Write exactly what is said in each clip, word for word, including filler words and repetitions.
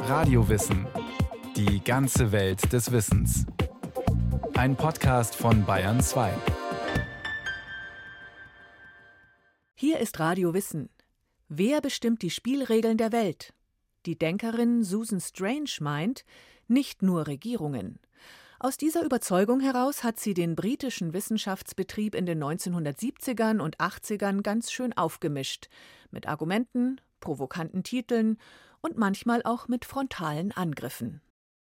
Radiowissen. Die ganze Welt des Wissens. Ein Podcast von Bayern zwei. Hier ist Radio Wissen. Wer bestimmt die Spielregeln der Welt? Die Denkerin Susan Strange meint, nicht nur Regierungen. Aus dieser Überzeugung heraus hat sie den britischen Wissenschaftsbetrieb in den neunzehnhundertsiebzigern und achtzigern ganz schön aufgemischt. Mit Argumenten, provokanten Titeln und manchmal auch mit frontalen Angriffen.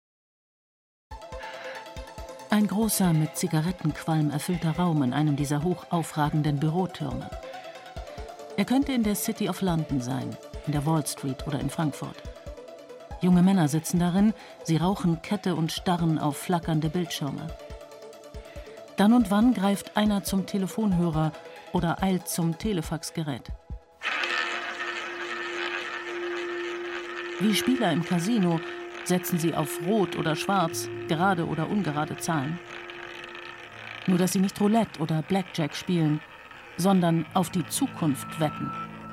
Ein großer, mit Zigarettenqualm erfüllter Raum in einem dieser hoch aufragenden Bürotürme. Er könnte in der City of London sein, in der Wall Street oder in Frankfurt. Junge Männer sitzen darin, sie rauchen Kette und starren auf flackernde Bildschirme. Dann und wann greift einer zum Telefonhörer oder eilt zum Telefaxgerät. Wie Spieler im Casino setzen sie auf Rot oder Schwarz, gerade oder ungerade Zahlen. Nur dass sie nicht Roulette oder Blackjack spielen, sondern auf die Zukunft wetten.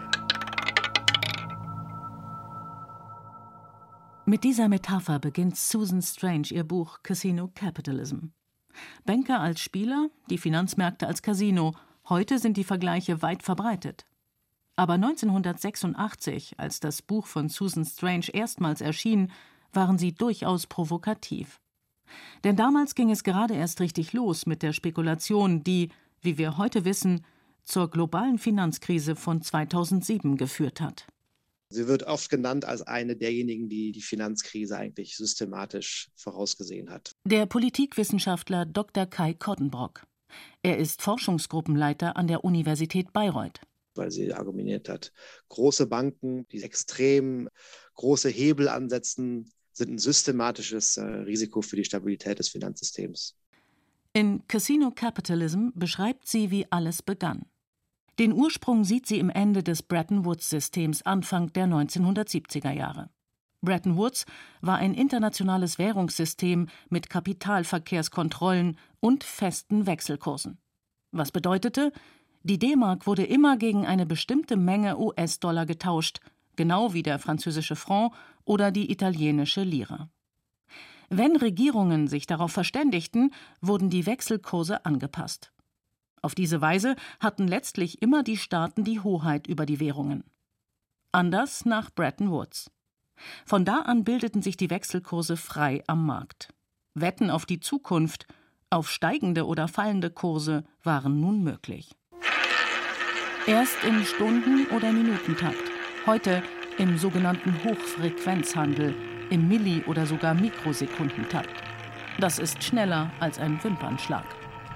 Mit dieser Metapher beginnt Susan Strange ihr Buch Casino Capitalism. Banker als Spieler, die Finanzmärkte als Casino. Heute sind die Vergleiche weit verbreitet. Aber neunzehnhundertsechsundachtzig, als das Buch von Susan Strange erstmals erschien, waren sie durchaus provokativ. Denn damals ging es gerade erst richtig los mit der Spekulation, die, wie wir heute wissen, zur globalen Finanzkrise von zweitausendsieben geführt hat. Sie wird oft genannt als eine derjenigen, die die Finanzkrise eigentlich systematisch vorausgesehen hat. Der Politikwissenschaftler Doktor Kai Koddenbrock. Er ist Forschungsgruppenleiter an der Universität Bayreuth. Weil sie argumentiert hat, große Banken, die extrem große Hebel ansetzen, sind ein systematisches äh, Risiko für die Stabilität des Finanzsystems. In Casino Capitalism beschreibt sie, wie alles begann. Den Ursprung sieht sie im Ende des Bretton-Woods-Systems Anfang der neunzehnhundertsiebziger Jahre. Bretton Woods war ein internationales Währungssystem mit Kapitalverkehrskontrollen und festen Wechselkursen. Was bedeutete, die D-Mark wurde immer gegen eine bestimmte Menge U S-Dollar getauscht, genau wie der französische Franc oder die italienische Lira. Wenn Regierungen sich darauf verständigten, wurden die Wechselkurse angepasst. Auf diese Weise hatten letztlich immer die Staaten die Hoheit über die Währungen. Anders nach Bretton Woods. Von da an bildeten sich die Wechselkurse frei am Markt. Wetten auf die Zukunft, auf steigende oder fallende Kurse waren nun möglich. Erst im Stunden- oder Minutentakt. Heute im sogenannten Hochfrequenzhandel, im Milli- oder sogar Mikrosekundentakt. Das ist schneller als ein Wimpernschlag.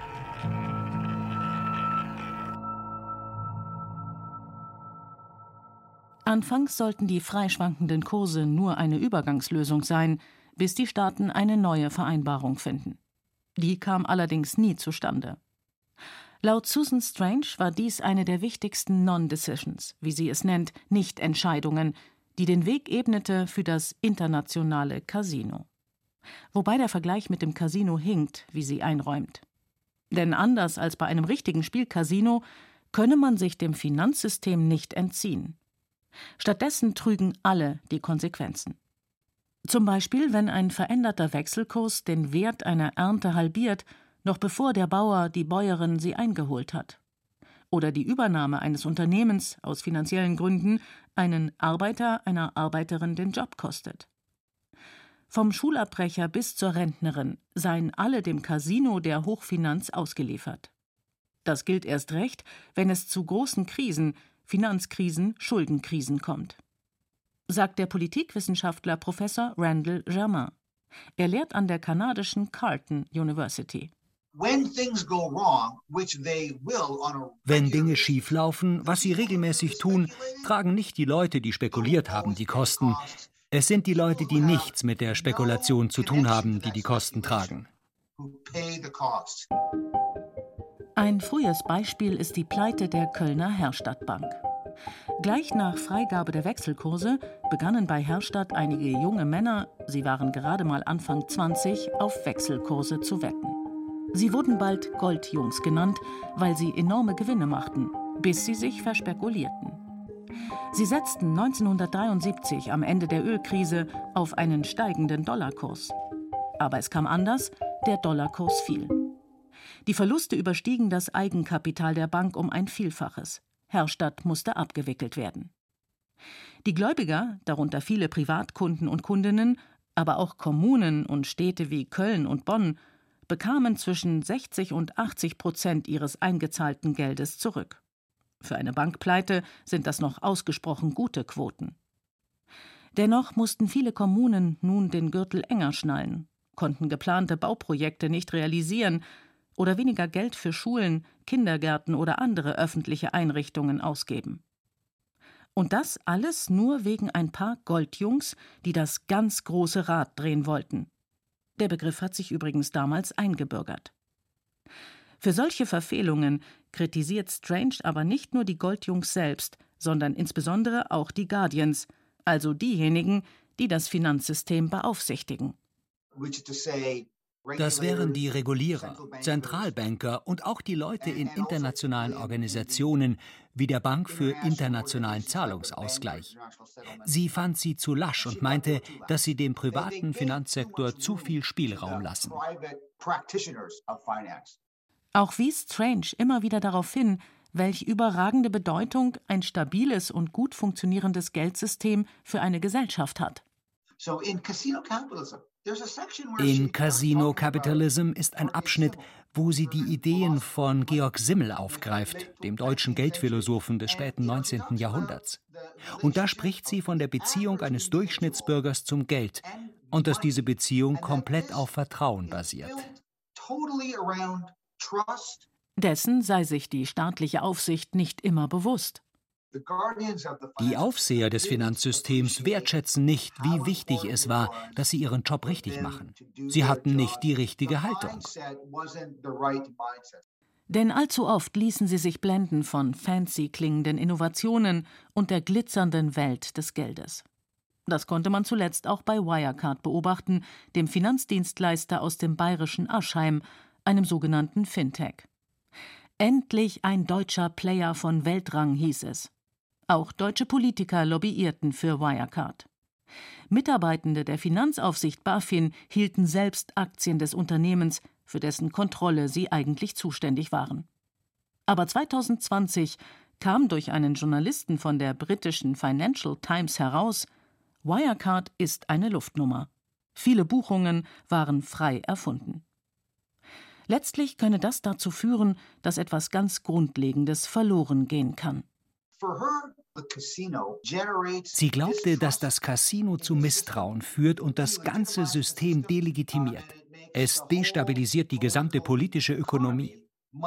Anfangs sollten die freischwankenden Kurse nur eine Übergangslösung sein, bis die Staaten eine neue Vereinbarung finden. Die kam allerdings nie zustande. Laut Susan Strange war dies eine der wichtigsten Non-Decisions, wie sie es nennt, Nichtentscheidungen, die den Weg ebnete für das internationale Casino. Wobei der Vergleich mit dem Casino hinkt, wie sie einräumt. Denn anders als bei einem richtigen Spielcasino könne man sich dem Finanzsystem nicht entziehen. Stattdessen trügen alle die Konsequenzen. Zum Beispiel, wenn ein veränderter Wechselkurs den Wert einer Ernte halbiert, noch bevor der Bauer, die Bäuerin sie eingeholt hat. Oder die Übernahme eines Unternehmens aus finanziellen Gründen einen Arbeiter, einer Arbeiterin den Job kostet. Vom Schulabbrecher bis zur Rentnerin seien alle dem Casino der Hochfinanz ausgeliefert. Das gilt erst recht, wenn es zu großen Krisen, Finanzkrisen, Schuldenkrisen kommt. Sagt der Politikwissenschaftler Professor Randall Germain. Er lehrt an der kanadischen Carleton University. Wenn Dinge schief laufen, was sie regelmäßig tun, tragen nicht die Leute, die spekuliert haben, die Kosten. Es sind die Leute, die nichts mit der Spekulation zu tun haben, die die Kosten tragen. Ein frühes Beispiel ist die Pleite der Kölner Herstatt-Bank. Gleich nach Freigabe der Wechselkurse begannen bei Herstatt einige junge Männer, sie waren gerade mal Anfang zwanzig, auf Wechselkurse zu wetten. Sie wurden bald Goldjungs genannt, weil sie enorme Gewinne machten, bis sie sich verspekulierten. Sie setzten neunzehnhundertdreiundsiebzig am Ende der Ölkrise auf einen steigenden Dollarkurs. Aber es kam anders, der Dollarkurs fiel. Die Verluste überstiegen das Eigenkapital der Bank um ein Vielfaches. Herstatt musste abgewickelt werden. Die Gläubiger, darunter viele Privatkunden und Kundinnen, aber auch Kommunen und Städte wie Köln und Bonn, bekamen zwischen sechzig und achtzig Prozent ihres eingezahlten Geldes zurück. Für eine Bankpleite sind das noch ausgesprochen gute Quoten. Dennoch mussten viele Kommunen nun den Gürtel enger schnallen, konnten geplante Bauprojekte nicht realisieren oder weniger Geld für Schulen, Kindergärten oder andere öffentliche Einrichtungen ausgeben. Und das alles nur wegen ein paar Goldjungs, die das ganz große Rad drehen wollten. Der Begriff hat sich übrigens damals eingebürgert. Für solche Verfehlungen kritisiert Strange aber nicht nur die Goldjungs selbst, sondern insbesondere auch die Guardians, also diejenigen, die das Finanzsystem beaufsichtigen. Das wären die Regulierer, Zentralbanker und auch die Leute in internationalen Organisationen wie der Bank für internationalen Zahlungsausgleich. Sie fand sie zu lasch und meinte, dass sie dem privaten Finanzsektor zu viel Spielraum lassen. Auch wies Strange immer wieder darauf hin, welch überragende Bedeutung ein stabiles und gut funktionierendes Geldsystem für eine Gesellschaft hat. In Casino Capitalism ist ein Abschnitt, wo sie die Ideen von Georg Simmel aufgreift, dem deutschen Geldphilosophen des späten neunzehnten Jahrhunderts. Und da spricht sie von der Beziehung eines Durchschnittsbürgers zum Geld und dass diese Beziehung komplett auf Vertrauen basiert. Dessen sei sich die staatliche Aufsicht nicht immer bewusst. Die Aufseher des Finanzsystems wertschätzen nicht, wie wichtig es war, dass sie ihren Job richtig machen. Sie hatten nicht die richtige Haltung. Denn allzu oft ließen sie sich blenden von fancy klingenden Innovationen und der glitzernden Welt des Geldes. Das konnte man zuletzt auch bei Wirecard beobachten, dem Finanzdienstleister aus dem bayerischen Aschheim, einem sogenannten Fintech. Endlich ein deutscher Player von Weltrang, hieß es. Auch deutsche Politiker lobbyierten für Wirecard. Mitarbeitende der Finanzaufsicht BaFin hielten selbst Aktien des Unternehmens, für dessen Kontrolle sie eigentlich zuständig waren. Aber zweitausendzwanzig kam durch einen Journalisten von der britischen Financial Times heraus, Wirecard ist eine Luftnummer. Viele Buchungen waren frei erfunden. Letztlich könne das dazu führen, dass etwas ganz Grundlegendes verloren gehen kann. Sie glaubte, dass das Casino zu Misstrauen führt und das ganze System delegitimiert. Es destabilisiert die gesamte politische Ökonomie.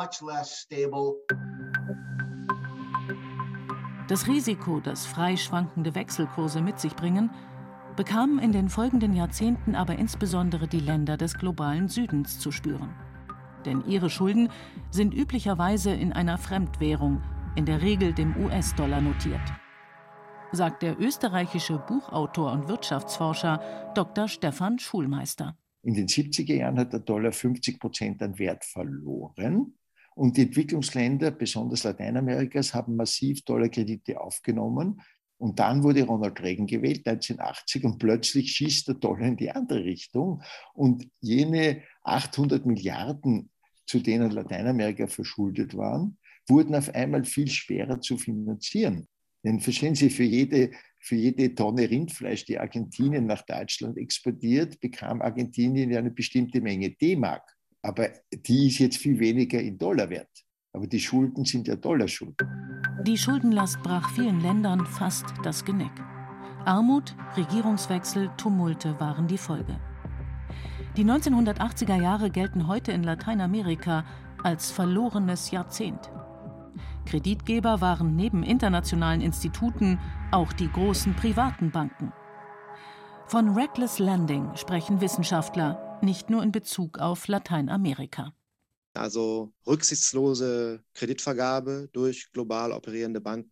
Das Risiko, das frei schwankende Wechselkurse mit sich bringen, bekamen in den folgenden Jahrzehnten aber insbesondere die Länder des globalen Südens zu spüren. Denn ihre Schulden sind üblicherweise in einer Fremdwährung, in der Regel dem U S-Dollar notiert, sagt der österreichische Buchautor und Wirtschaftsforscher Doktor Stefan Schulmeister. In den siebziger Jahren hat der Dollar fünfzig Prozent an Wert verloren und die Entwicklungsländer, besonders Lateinamerikas, haben massiv Dollarkredite aufgenommen. Und dann wurde Ronald Reagan gewählt, neunzehnhundertachtzig, und plötzlich schießt der Dollar in die andere Richtung. Und jene achthundert Milliarden, zu denen Lateinamerika verschuldet waren, wurden auf einmal viel schwerer zu finanzieren. Denn verstehen Sie, für jede, für jede Tonne Rindfleisch, die Argentinien nach Deutschland exportiert, bekam Argentinien ja eine bestimmte Menge D-Mark. Aber die ist jetzt viel weniger in Dollar wert. Aber die Schulden sind ja Dollarschulden. Die Schuldenlast brach vielen Ländern fast das Genick. Armut, Regierungswechsel, Tumulte waren die Folge. Die neunzehnhundertachtziger Jahre gelten heute in Lateinamerika als verlorenes Jahrzehnt. Kreditgeber waren neben internationalen Instituten auch die großen privaten Banken. Von Reckless Lending sprechen Wissenschaftler, nicht nur in Bezug auf Lateinamerika. Also rücksichtslose Kreditvergabe durch global operierende Banken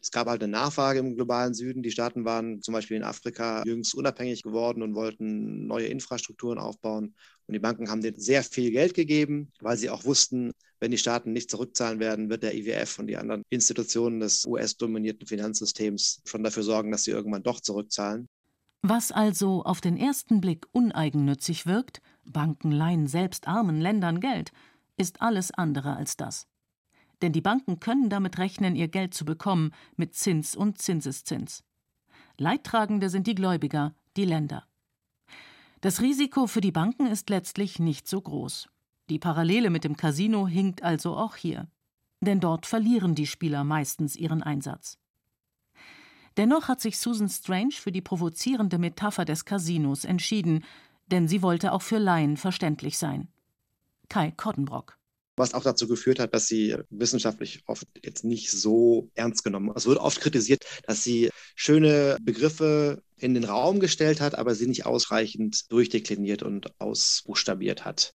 Es gab halt eine Nachfrage im globalen Süden. Die Staaten waren zum Beispiel in Afrika jüngst unabhängig geworden und wollten neue Infrastrukturen aufbauen. Und die Banken haben denen sehr viel Geld gegeben, weil sie auch wussten, wenn die Staaten nicht zurückzahlen werden, wird der I W F und die anderen Institutionen des U S-dominierten Finanzsystems schon dafür sorgen, dass sie irgendwann doch zurückzahlen. Was also auf den ersten Blick uneigennützig wirkt, Banken leihen selbst armen Ländern Geld, ist alles andere als das. Denn die Banken können damit rechnen, ihr Geld zu bekommen mit Zins und Zinseszins. Leidtragende sind die Gläubiger, die Länder. Das Risiko für die Banken ist letztlich nicht so groß. Die Parallele mit dem Casino hinkt also auch hier. Denn dort verlieren die Spieler meistens ihren Einsatz. Dennoch hat sich Susan Strange für die provozierende Metapher des Casinos entschieden, denn sie wollte auch für Laien verständlich sein. Kai Koddenbrock. Was auch dazu geführt hat, dass sie wissenschaftlich oft jetzt nicht so ernst genommen wird. Es wird oft kritisiert, dass sie schöne Begriffe in den Raum gestellt hat, aber sie nicht ausreichend durchdekliniert und ausbuchstabiert hat.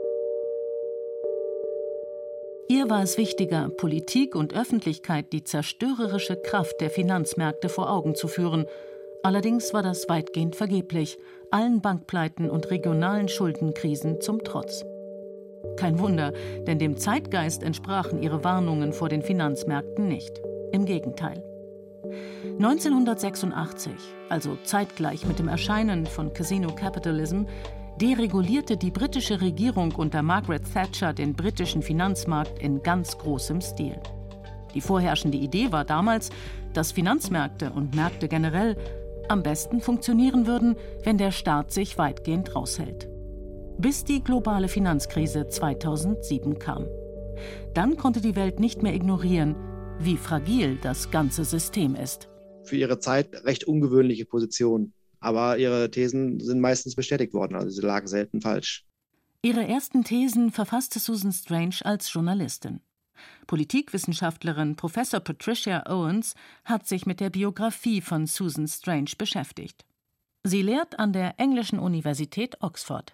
Ihr war es wichtiger, Politik und Öffentlichkeit die zerstörerische Kraft der Finanzmärkte vor Augen zu führen. Allerdings war das weitgehend vergeblich, allen Bankpleiten und regionalen Schuldenkrisen zum Trotz. Kein Wunder, denn dem Zeitgeist entsprachen ihre Warnungen vor den Finanzmärkten nicht. Im Gegenteil. neunzehnhundertsechsundachtzig, also zeitgleich mit dem Erscheinen von Casino Capitalism, deregulierte die britische Regierung unter Margaret Thatcher den britischen Finanzmarkt in ganz großem Stil. Die vorherrschende Idee war damals, dass Finanzmärkte und Märkte generell am besten funktionieren würden, wenn der Staat sich weitgehend raushält. Bis die globale Finanzkrise zweitausendsieben kam. Dann konnte die Welt nicht mehr ignorieren, wie fragil das ganze System ist. Für ihre Zeit recht ungewöhnliche Position. Aber ihre Thesen sind meistens bestätigt worden, also sie lagen selten falsch. Ihre ersten Thesen verfasste Susan Strange als Journalistin. Politikwissenschaftlerin Professor Patricia Owens hat sich mit der Biografie von Susan Strange beschäftigt. Sie lehrt an der englischen Universität Oxford.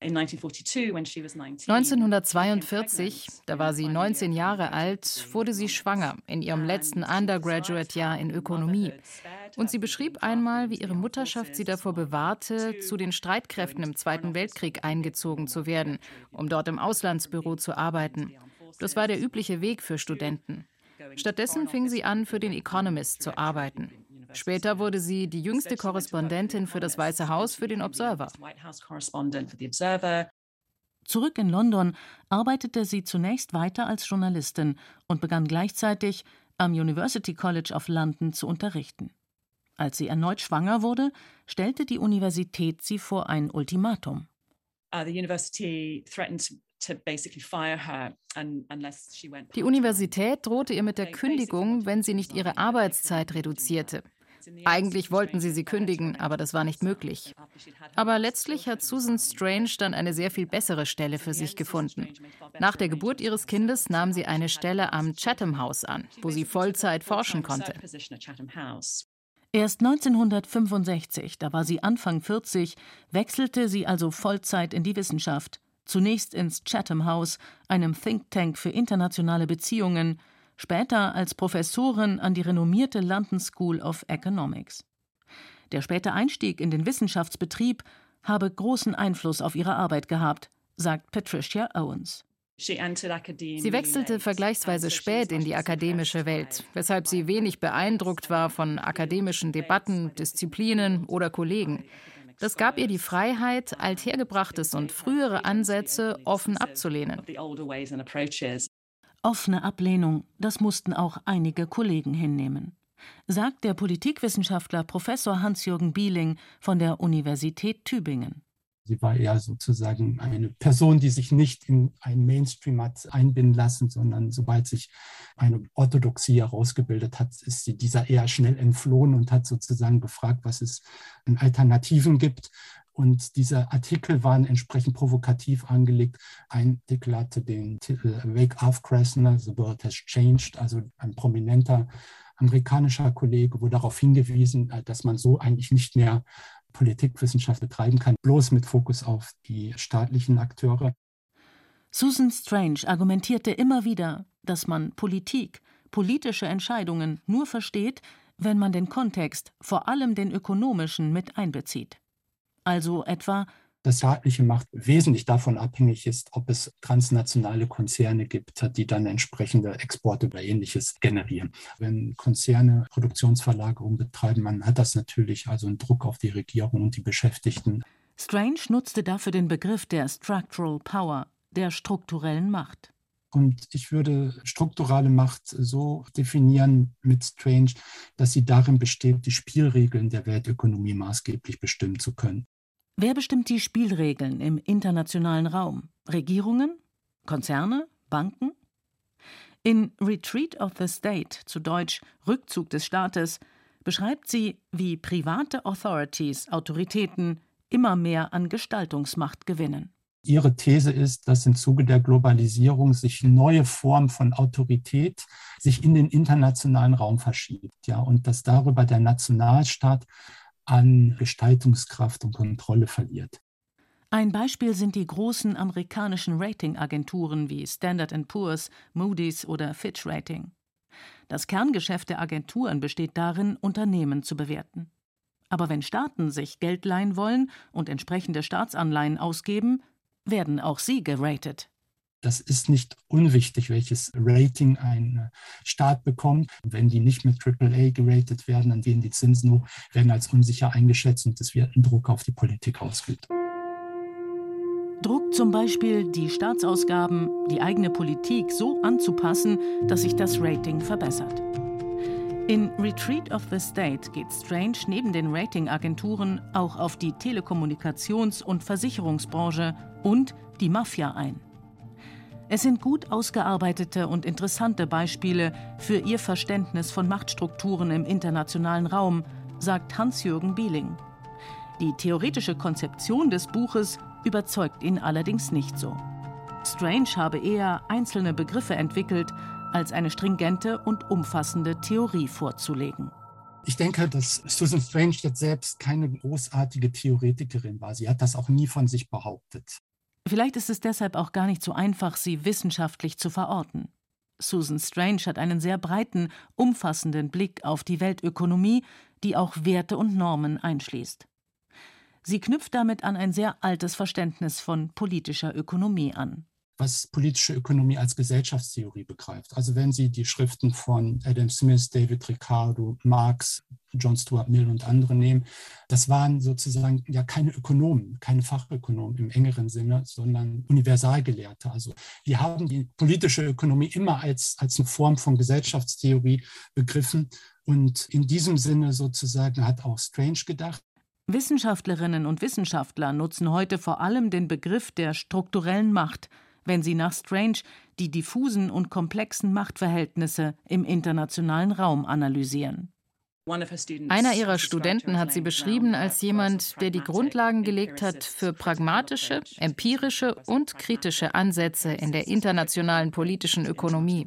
neunzehnhundertzweiundvierzig, da war sie neunzehn Jahre alt, wurde sie schwanger in ihrem letzten Undergraduate-Jahr in Ökonomie. Und sie beschrieb einmal, wie ihre Mutterschaft sie davor bewahrte, zu den Streitkräften im Zweiten Weltkrieg eingezogen zu werden, um dort im Auslandsbüro zu arbeiten. Das war der übliche Weg für Studenten. Stattdessen fing sie an, für den Economist zu arbeiten. Später wurde sie die jüngste Korrespondentin für das Weiße Haus für den Observer. Zurück in London arbeitete sie zunächst weiter als Journalistin und begann gleichzeitig am University College of London zu unterrichten. Als sie erneut schwanger wurde, stellte die Universität sie vor ein Ultimatum. Die Universität drohte ihr mit der Kündigung, wenn sie nicht ihre Arbeitszeit reduzierte. Eigentlich wollten sie sie kündigen, aber das war nicht möglich. Aber letztlich hat Susan Strange dann eine sehr viel bessere Stelle für sich gefunden. Nach der Geburt ihres Kindes nahm sie eine Stelle am Chatham House an, wo sie Vollzeit forschen konnte. Erst neunzehnhundertfünfundsechzig, da war sie Anfang vierzig, wechselte sie also Vollzeit in die Wissenschaft. Zunächst ins Chatham House, einem Think Tank für internationale Beziehungen, später als Professorin an die renommierte London School of Economics. Der späte Einstieg in den Wissenschaftsbetrieb habe großen Einfluss auf ihre Arbeit gehabt, sagt Patricia Owens. Sie wechselte vergleichsweise spät in die akademische Welt, weshalb sie wenig beeindruckt war von akademischen Debatten, Disziplinen oder Kollegen. Das gab ihr die Freiheit, althergebrachtes und frühere Ansätze offen abzulehnen. Offene Ablehnung, das mussten auch einige Kollegen hinnehmen, sagt der Politikwissenschaftler Professor Hans-Jürgen Bieling von der Universität Tübingen. Sie war eher sozusagen eine Person, die sich nicht in einen Mainstream hat einbinden lassen, sondern sobald sich eine Orthodoxie herausgebildet hat, ist sie dieser eher schnell entflohen und hat sozusagen gefragt, was es an Alternativen gibt. Und diese Artikel waren entsprechend provokativ angelegt. Ein Artikel hatte den Titel Wake Up Krasner, The World Has Changed, also ein prominenter amerikanischer Kollege wurde darauf hingewiesen, dass man so eigentlich nicht mehr Politikwissenschaft betreiben kann, bloß mit Fokus auf die staatlichen Akteure. Susan Strange argumentierte immer wieder, dass man Politik, politische Entscheidungen nur versteht, wenn man den Kontext, vor allem den ökonomischen, mit einbezieht. Also etwa, dass staatliche Macht wesentlich davon abhängig ist, ob es transnationale Konzerne gibt, die dann entsprechende Exporte oder Ähnliches generieren. Wenn Konzerne Produktionsverlagerung betreiben, man hat das natürlich also einen Druck auf die Regierung und die Beschäftigten. Strange nutzte dafür den Begriff der Structural Power, der strukturellen Macht. Und ich würde strukturale Macht so definieren mit Strange, dass sie darin besteht, die Spielregeln der Weltökonomie maßgeblich bestimmen zu können. Wer bestimmt die Spielregeln im internationalen Raum? Regierungen? Konzerne? Banken? In Retreat of the State, zu Deutsch Rückzug des Staates, beschreibt sie, wie private Authorities, Autoritäten, immer mehr an Gestaltungsmacht gewinnen. Ihre These ist, dass im Zuge der Globalisierung sich neue Formen von Autorität sich in den internationalen Raum verschiebt, ja, und dass darüber der Nationalstaat an Gestaltungskraft und Kontrolle verliert. Ein Beispiel sind die großen amerikanischen Ratingagenturen wie Standard and Poor's, Moody's oder Fitch Rating. Das Kerngeschäft der Agenturen besteht darin, Unternehmen zu bewerten. Aber wenn Staaten sich Geld leihen wollen und entsprechende Staatsanleihen ausgeben, werden auch sie geratet. Das ist nicht unwichtig, welches Rating ein Staat bekommt. Wenn die nicht mit Triple A geratet werden, dann gehen die Zinsen hoch, werden als unsicher eingeschätzt und es wird ein Druck auf die Politik ausgeübt. Druck zum Beispiel, die Staatsausgaben, die eigene Politik so anzupassen, dass sich das Rating verbessert. In Retreat of the State geht Strange neben den Ratingagenturen auch auf die Telekommunikations- und Versicherungsbranche und die Mafia ein. Es sind gut ausgearbeitete und interessante Beispiele für ihr Verständnis von Machtstrukturen im internationalen Raum, sagt Hans-Jürgen Bieling. Die theoretische Konzeption des Buches überzeugt ihn allerdings nicht so. Strange habe eher einzelne Begriffe entwickelt, als eine stringente und umfassende Theorie vorzulegen. Ich denke, dass Susan Strange jetzt selbst keine großartige Theoretikerin war. Sie hat das auch nie von sich behauptet. Vielleicht ist es deshalb auch gar nicht so einfach, sie wissenschaftlich zu verorten. Susan Strange hat einen sehr breiten, umfassenden Blick auf die Weltökonomie, die auch Werte und Normen einschließt. Sie knüpft damit an ein sehr altes Verständnis von politischer Ökonomie an. Was politische Ökonomie als Gesellschaftstheorie begreift. Also wenn Sie die Schriften von Adam Smith, David Ricardo, Marx, John Stuart Mill und andere nehmen, das waren sozusagen ja keine Ökonomen, keine Fachökonomen im engeren Sinne, sondern Universalgelehrte. Also die haben die politische Ökonomie immer als, als eine Form von Gesellschaftstheorie begriffen. Und in diesem Sinne sozusagen hat auch Strange gedacht. Wissenschaftlerinnen und Wissenschaftler nutzen heute vor allem den Begriff der strukturellen Macht, wenn sie nach Strange die diffusen und komplexen Machtverhältnisse im internationalen Raum analysieren. Einer ihrer Studenten hat sie beschrieben als jemand, der die Grundlagen gelegt hat für pragmatische, empirische und kritische Ansätze in der internationalen politischen Ökonomie.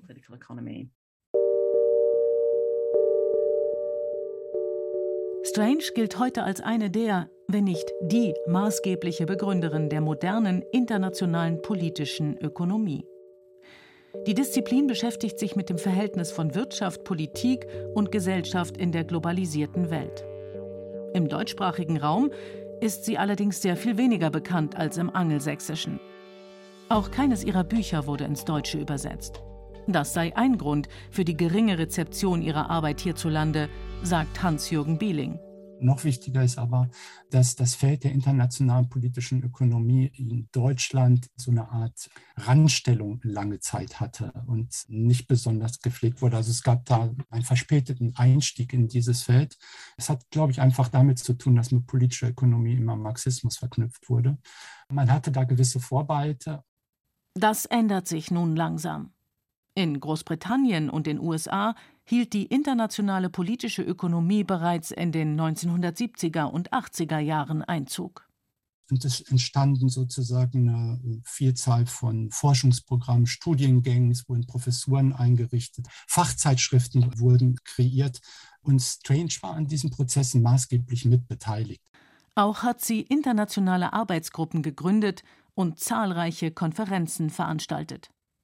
Strange gilt heute als eine der, wenn nicht die maßgebliche Begründerin der modernen internationalen politischen Ökonomie. Die Disziplin beschäftigt sich mit dem Verhältnis von Wirtschaft, Politik und Gesellschaft in der globalisierten Welt. Im deutschsprachigen Raum ist sie allerdings sehr viel weniger bekannt als im Angelsächsischen. Auch keines ihrer Bücher wurde ins Deutsche übersetzt. Das sei ein Grund für die geringe Rezeption ihrer Arbeit hierzulande, sagt Hans-Jürgen Bieling. Noch wichtiger ist aber, dass das Feld der internationalen politischen Ökonomie in Deutschland so eine Art Randstellung lange Zeit hatte und nicht besonders gepflegt wurde. Also es gab da einen verspäteten Einstieg in dieses Feld. Es hat, glaube ich, einfach damit zu tun, dass mit politischer Ökonomie immer Marxismus verknüpft wurde. Man hatte da gewisse Vorbehalte. Das ändert sich nun langsam. In Großbritannien und den U S A hielt die internationale politische Ökonomie bereits in den neunzehnhundertsiebziger und achtziger Jahren Einzug. Und es entstanden sozusagen eine Vielzahl von Forschungsprogrammen, Studiengängen, es wurden Professuren eingerichtet, Fachzeitschriften wurden kreiert und Strange war an diesen Prozessen maßgeblich mitbeteiligt. Auch hat sie internationale Arbeitsgruppen gegründet und zahlreiche Konferenzen veranstaltet.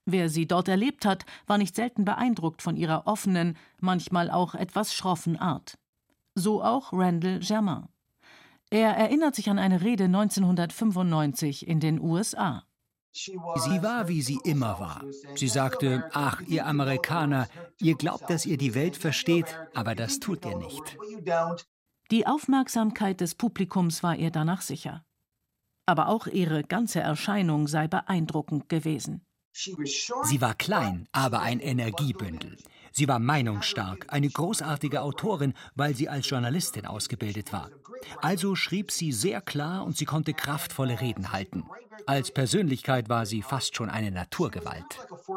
Wer sie dort erlebt hat, war nicht selten beeindruckt von ihrer offenen, manchmal auch etwas schroffen Art. So auch Randall Germain. Er erinnert sich an eine Rede neunzehnhundertfünfundneunzig in den U S A. Sie war, wie sie immer war. Sie sagte, ach, ihr Amerikaner, ihr glaubt, dass ihr die Welt versteht, aber das tut ihr nicht. Die Aufmerksamkeit des Publikums war ihr danach sicher. Aber auch ihre ganze Erscheinung sei beeindruckend gewesen. Sie war klein, aber ein Energiebündel. Sie war meinungsstark, eine großartige Autorin, weil sie als Journalistin ausgebildet war. Also schrieb sie sehr klar und sie konnte kraftvolle Reden halten. Als Persönlichkeit war sie fast schon eine Naturgewalt.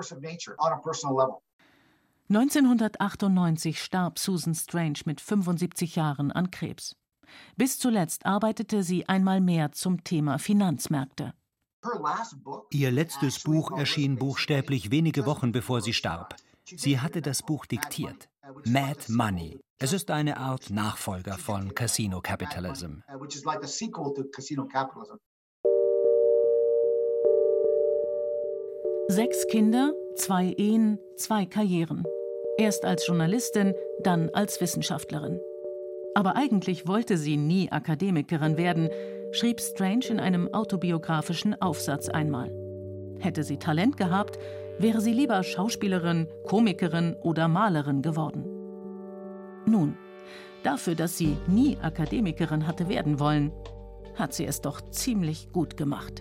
neunzehnhundertachtundneunzig starb Susan Strange mit fünfundsiebzig Jahren an Krebs. Bis zuletzt arbeitete sie einmal mehr zum Thema Finanzmärkte. Ihr letztes Buch erschien buchstäblich wenige Wochen bevor sie starb. Sie hatte das Buch diktiert. Mad Money. Es ist eine Art Nachfolger von Casino Capitalism. Sechs Kinder, zwei Ehen, zwei Karrieren. Erst als Journalistin, dann als Wissenschaftlerin. Aber eigentlich wollte sie nie Akademikerin werden, schrieb Strange in einem autobiografischen Aufsatz einmal. Hätte sie Talent gehabt, wäre sie lieber Schauspielerin, Komikerin oder Malerin geworden. Nun, dafür, dass sie nie Akademikerin hatte werden wollen, hat sie es doch ziemlich gut gemacht.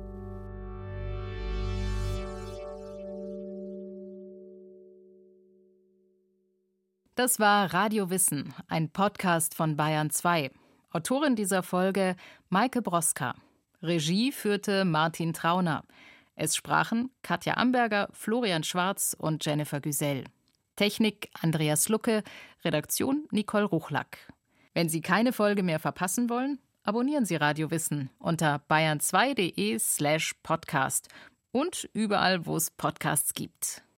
Das war Radio Wissen, ein Podcast von Bayern zwei. Autorin dieser Folge Maike Broska. Regie führte Martin Trauner. Es sprachen Katja Amberger, Florian Schwarz und Jennifer Güsell. Technik Andreas Lucke, Redaktion Nicole Ruchlack. Wenn Sie keine Folge mehr verpassen wollen, abonnieren Sie Radio Wissen unter bayern zwei punkt de slash podcast und überall, wo es Podcasts gibt.